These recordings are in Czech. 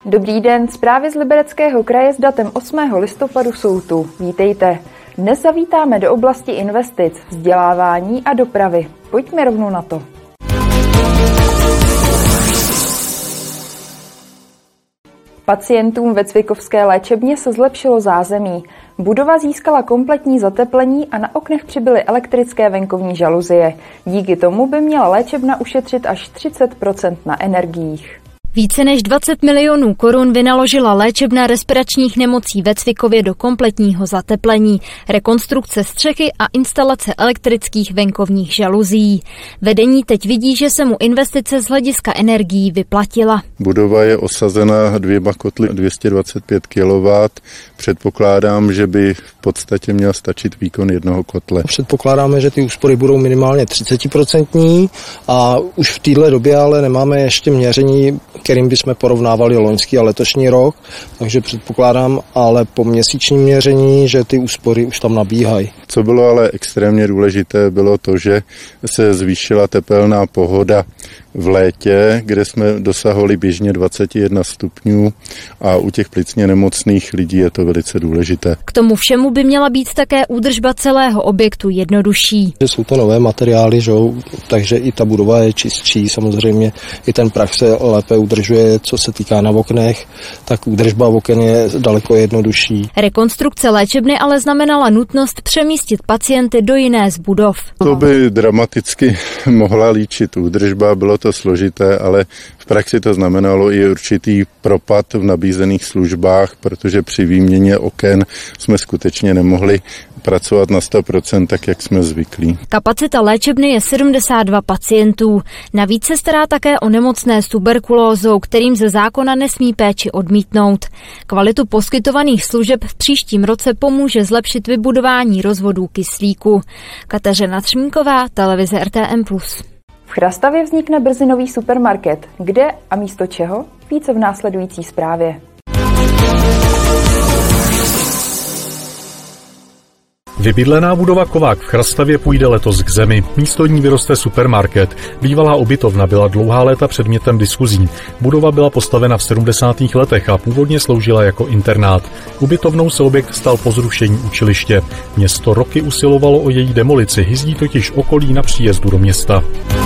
Dobrý den, zprávy z Libereckého kraje s datem 8. listopadu jsou tu. Vítejte. Dnes zavítáme do oblasti investic, vzdělávání a dopravy. Pojďme rovnou na to. Pacientům ve Cvikovské léčebně se zlepšilo zázemí. Budova získala kompletní zateplení a na oknech přibyly elektrické venkovní žaluzie. Díky tomu by měla léčebna ušetřit až 30% na energiích. Více než 20 milionů korun vynaložila léčebna respiračních nemocí ve Cvikově do kompletního zateplení, rekonstrukce střechy a instalace elektrických venkovních žaluzí. Vedení teď vidí, že se mu investice z hlediska energií vyplatila. Budova je osazena 2 kotly 225 kW. Předpokládám, že by v podstatě měl stačit výkon jednoho kotle. Předpokládáme, že ty úspory budou minimálně 30% a už v této době ale nemáme ještě měření, kterým bychom porovnávali loňský a letošní rok, takže předpokládám ale po měsíčním měření, že ty úspory už tam nabíhají. Co bylo ale extrémně důležité, bylo to, že se zvýšila tepelná pohoda v létě, kde jsme dosahovali běžně 21 stupňů a u těch plicně nemocných lidí je to velice důležité. K tomu všemu by měla být také údržba celého objektu jednodušší. Jsou to nové materiály, takže i ta budova je čistší, samozřejmě i ten prach se lépe udržuje, co se týká na oknech, tak údržba oken je daleko jednodušší. Rekonstrukce léčebny ale znamenala nutnost přemístit pacienty do jiné z budov. To by dramaticky mohla líčit údržba, bylo to složité, ale v praxi to znamenalo i určitý propad v nabízených službách, protože při výměně oken jsme skutečně nemohli pracovat na 100%, tak jak jsme zvyklí. Kapacita léčebny je 72 pacientů. Navíc se stará také o nemocné s tuberkulózou, kterým ze zákona nesmí péči odmítnout. Kvalitu poskytovaných služeb v příštím roce pomůže zlepšit vybudování rozvodů kyslíku. Kateřina Třmínková, televize RTM+. V Chrastavě vznikne brzy nový supermarket. Kde a místo čeho? Více v následující zprávě. Vybydlená budova Kovák v Chrastavě půjde letos k zemi. Místo ní vyroste supermarket. Bývalá ubytovna byla dlouhá léta předmětem diskuzí. Budova byla postavena v 70. letech a původně sloužila jako internát. Ubytovnou se objekt stal po zrušení učiliště. Město roky usilovalo o její demolici, hyzdí totiž okolí na příjezdu do města.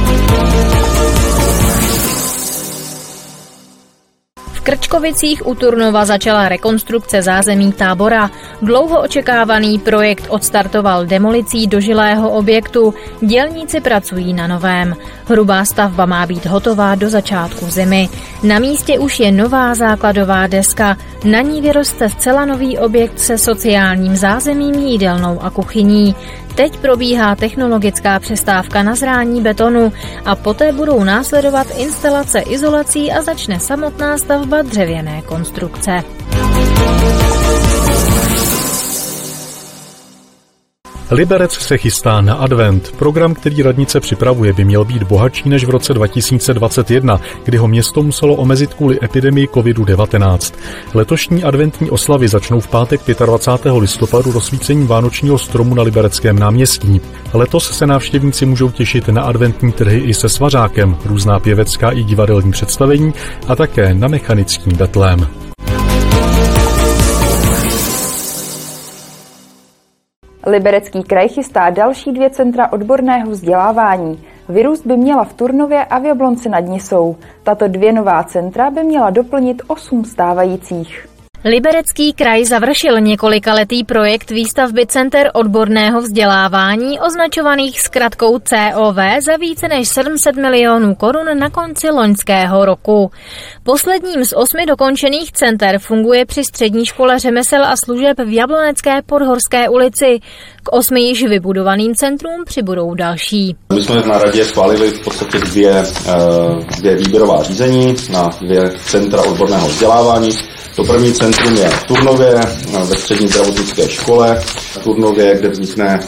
V Krčkovicích u Turnova začala rekonstrukce zázemí tábora. Dlouho očekávaný projekt odstartoval demolicí dožilého objektu. Dělníci pracují na novém. Hrubá stavba má být hotová do začátku zimy. Na místě už je nová základová deska. Na ní vyroste zcela nový objekt se sociálním zázemím, jídelnou a kuchyní. Teď probíhá technologická přestávka na zrání betonu a poté budou následovat instalace izolací a začne samotná stavba dřevěné konstrukce. Liberec se chystá na advent. Program, který radnice připravuje, by měl být bohatší než v roce 2021, kdy ho město muselo omezit kvůli epidemii COVID-19. Letošní adventní oslavy začnou v pátek 25. listopadu rozsvícením vánočního stromu na Libereckém náměstí. Letos se návštěvníci můžou těšit na adventní trhy i se svařákem, různá pěvecká i divadelní představení a také na mechanický betlém. Liberecký kraj chystá další 2 centra odborného vzdělávání. Vyrůst by měla v Turnově a v Jablonci nad Nisou. Tato 2 nová centra by měla doplnit 8 stávajících. Liberecký kraj završil několikaletý projekt výstavby center odborného vzdělávání označovaných zkratkou COV za více než 700 milionů korun na konci loňského roku. Posledním z 8 dokončených center funguje při střední škole řemesel a služeb v Jablonecké Podhorské ulici. K 8 již vybudovaným centrům přibudou další. My jsme na radě schválili v podstatě dvě výběrová řízení na 2 centra odborného vzdělávání. To první centrum je v Turnově, ve střední zdravotnické škole v Turnově, kde vznikne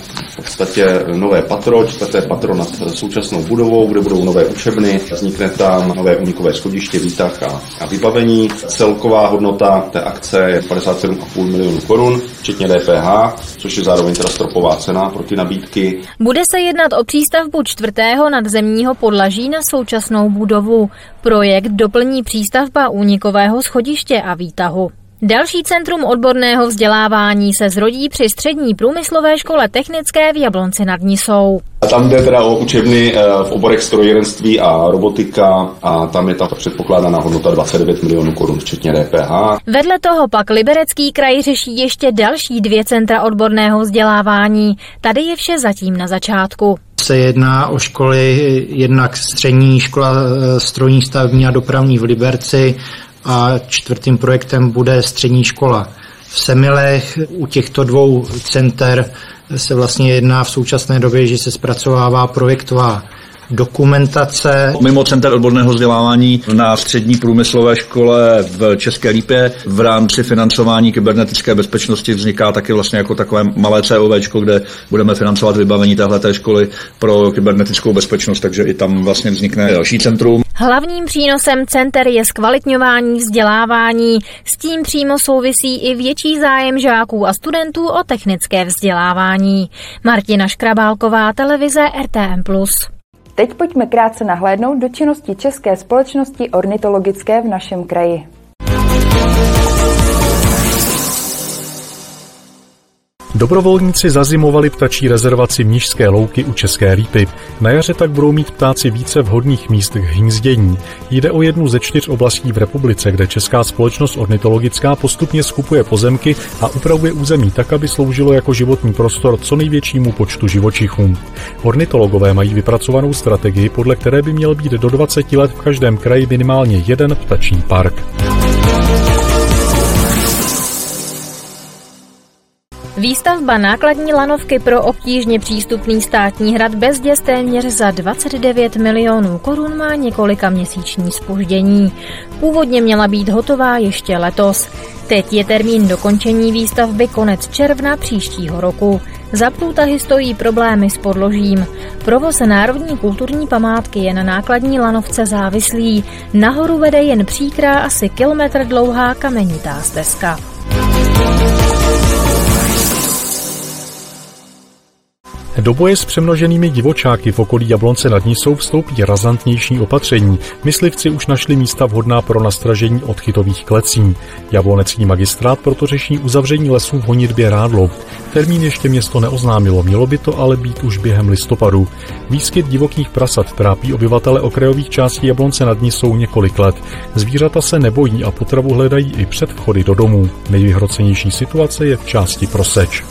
podstatě nové patro, čtvrté patro nad současnou budovou, kde budou nové učebny, vznikne tam nové únikové schodiště, výtah a vybavení. Celková hodnota té akce je 57,5 milionů korun, včetně DPH, což je zároveň teda stropová cena pro ty nabídky. Bude se jednat o přístavbu čtvrtého nadzemního podlaží na současnou budovu. Projekt doplní přístavba únikového schodiště a výtahu. Další centrum odborného vzdělávání se zrodí při střední průmyslové škole technické v Jablonci nad Nisou. Tam jde teda o učebny v oborech strojírenství a robotika a tam je ta předpokládaná hodnota 29 milionů korun, včetně DPH. Vedle toho pak Liberecký kraj řeší ještě další 2 centra odborného vzdělávání. Tady je vše zatím na začátku. Se jedná o školy, jednak střední škola strojní, stavební a dopravní v Liberci a 4. projektem bude střední škola v Semilech. U těchto 2 center se vlastně jedná v současné době, že se zpracovává projektová dokumentace. Mimo center odborného vzdělávání na střední průmyslové škole v České Lípě v rámci financování kybernetické bezpečnosti vzniká taky vlastně jako takové malé COVčko, kde budeme financovat vybavení téhleté školy pro kybernetickou bezpečnost, takže i tam vlastně vznikne další centrum. Hlavním přínosem center je zkvalitňování vzdělávání. S tím přímo souvisí i větší zájem žáků a studentů o technické vzdělávání. Martina Škrabálková, televize RTM+. Teď pojďme krátce nahlédnout do činnosti České společnosti ornitologické v našem kraji. Dobrovolníci zazimovali ptačí rezervaci Mnišské louky u České Lípy. Na jaře tak budou mít ptáci více vhodných míst k hnízdění. Jde o jednu ze 4 oblastí v republice, kde Česká společnost ornitologická postupně skupuje pozemky a upravuje území tak, aby sloužilo jako životní prostor co největšímu počtu živočichům. Ornitologové mají vypracovanou strategii, podle které by měl být do 20 let v každém kraji minimálně 1 ptačí park. Výstavba nákladní lanovky pro obtížně přístupný státní hrad Bezděz téměř za 29 milionů korun má několika měsíční zpoždění. Původně měla být hotová ještě letos. Teď je termín dokončení výstavby konec června příštího roku. Za průtahy stojí problémy s podložím. Provoz národní kulturní památky je na nákladní lanovce závislý. Nahoru vede jen příkrá asi kilometr dlouhá kamenitá stezka. Do boje s přemnoženými divočáky v okolí Jablonce nad Nisou vstoupí razantnější opatření. Myslivci už našli místa vhodná pro nastražení odchytových klecí. Jablonecký magistrát proto řeší uzavření lesů v honitbě Rádlo. Termín ještě město neoznámilo, mělo by to ale být už během listopadu. Výskyt divokých prasat trápí obyvatele okrajových částí Jablonce nad Nisou několik let. Zvířata se nebojí a potravu hledají i před vchody do domů. Nejvyhrocenější situace je v části Proseč.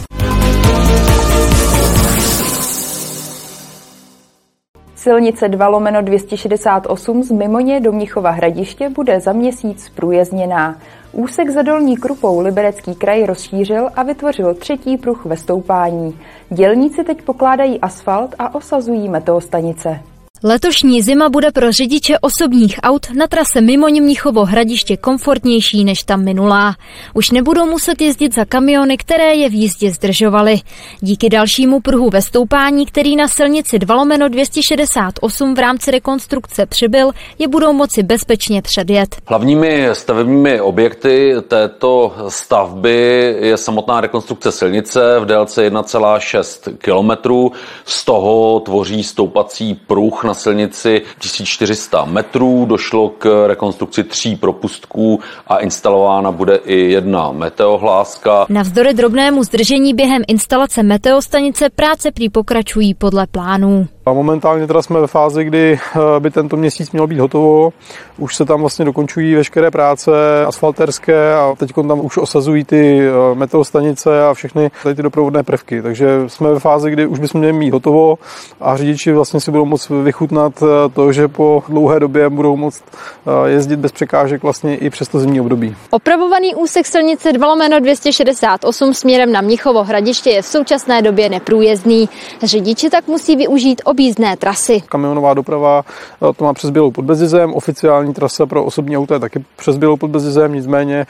Silnice 2/268 z Mimoně do Mnichova Hradiště bude za měsíc zprůjezdněná. Úsek za Dolní Krupou Liberecký kraj rozšířil a vytvořil 3. pruh ve stoupání. Dělníci teď pokládají asfalt a osazují meteostanice. Letošní zima bude pro řidiče osobních aut na trase Mimoň Mnichovo Hradiště komfortnější než ta minulá. Už nebudou muset jezdit za kamiony, které je v jízdě zdržovaly. Díky dalšímu pruhu ve stoupání, který na silnici 2/268 v rámci rekonstrukce přibyl, je budou moci bezpečně předjet. Hlavními stavebními objekty této stavby je samotná rekonstrukce silnice v délce 1,6 kilometrů. Z toho tvoří stoupací pruh na silnici 1400 metrů, došlo k rekonstrukci 3 propustků a instalována bude i 1 meteohláska. Navzdory drobnému zdržení během instalace meteostanice práce prý pokračují podle plánů. A momentálně teda jsme ve fázi, kdy by tento měsíc mělo být hotovo. Už se tam vlastně dokončují veškeré práce asfaltérské a teď tam už osazují ty meteostanice a všechny tady ty doprovodné prvky. Takže jsme ve fázi, kdy už bychom měli mít hotovo a řidiči vlastně si budou moct vychutnat to, že po dlouhé době budou moct jezdit bez překážek vlastně i přes to zimní období. Opravovaný úsek silnice 2/268 směrem na Mnichovo Hradiště je v současné době neprůjezdný. Řidiči tak musí využít objízdné trasy. Kamionová doprava to má přes Bělou pod Bezdězem, oficiální trasa pro osobní auta je taky přes Bělou pod Bezdězem, nicméně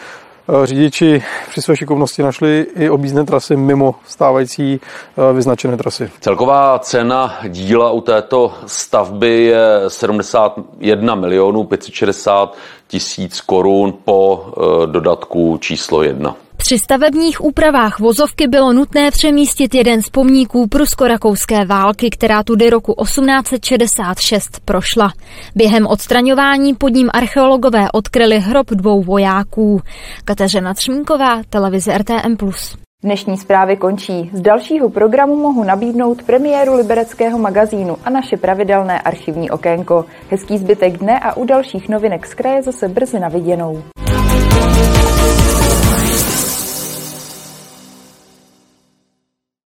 řidiči při své šikovnosti našli i objízdné trasy mimo stávající vyznačené trasy. Celková cena díla u této stavby je 71 560 000 korun po dodatku číslo 1. Při stavebních úpravách vozovky bylo nutné přemístit jeden z pomníků prusko-rakouské války, která tudy roku 1866 prošla. Během odstraňování pod ním archeologové odkryli hrob 2 vojáků. Kateřina Třmínková, televize RTM+. Dnešní zprávy končí. Z dalšího programu mohu nabídnout premiéru Libereckého magazínu a naše pravidelné archivní okénko. Hezký zbytek dne a u dalších novinek z kraje zase brzy na viděnou.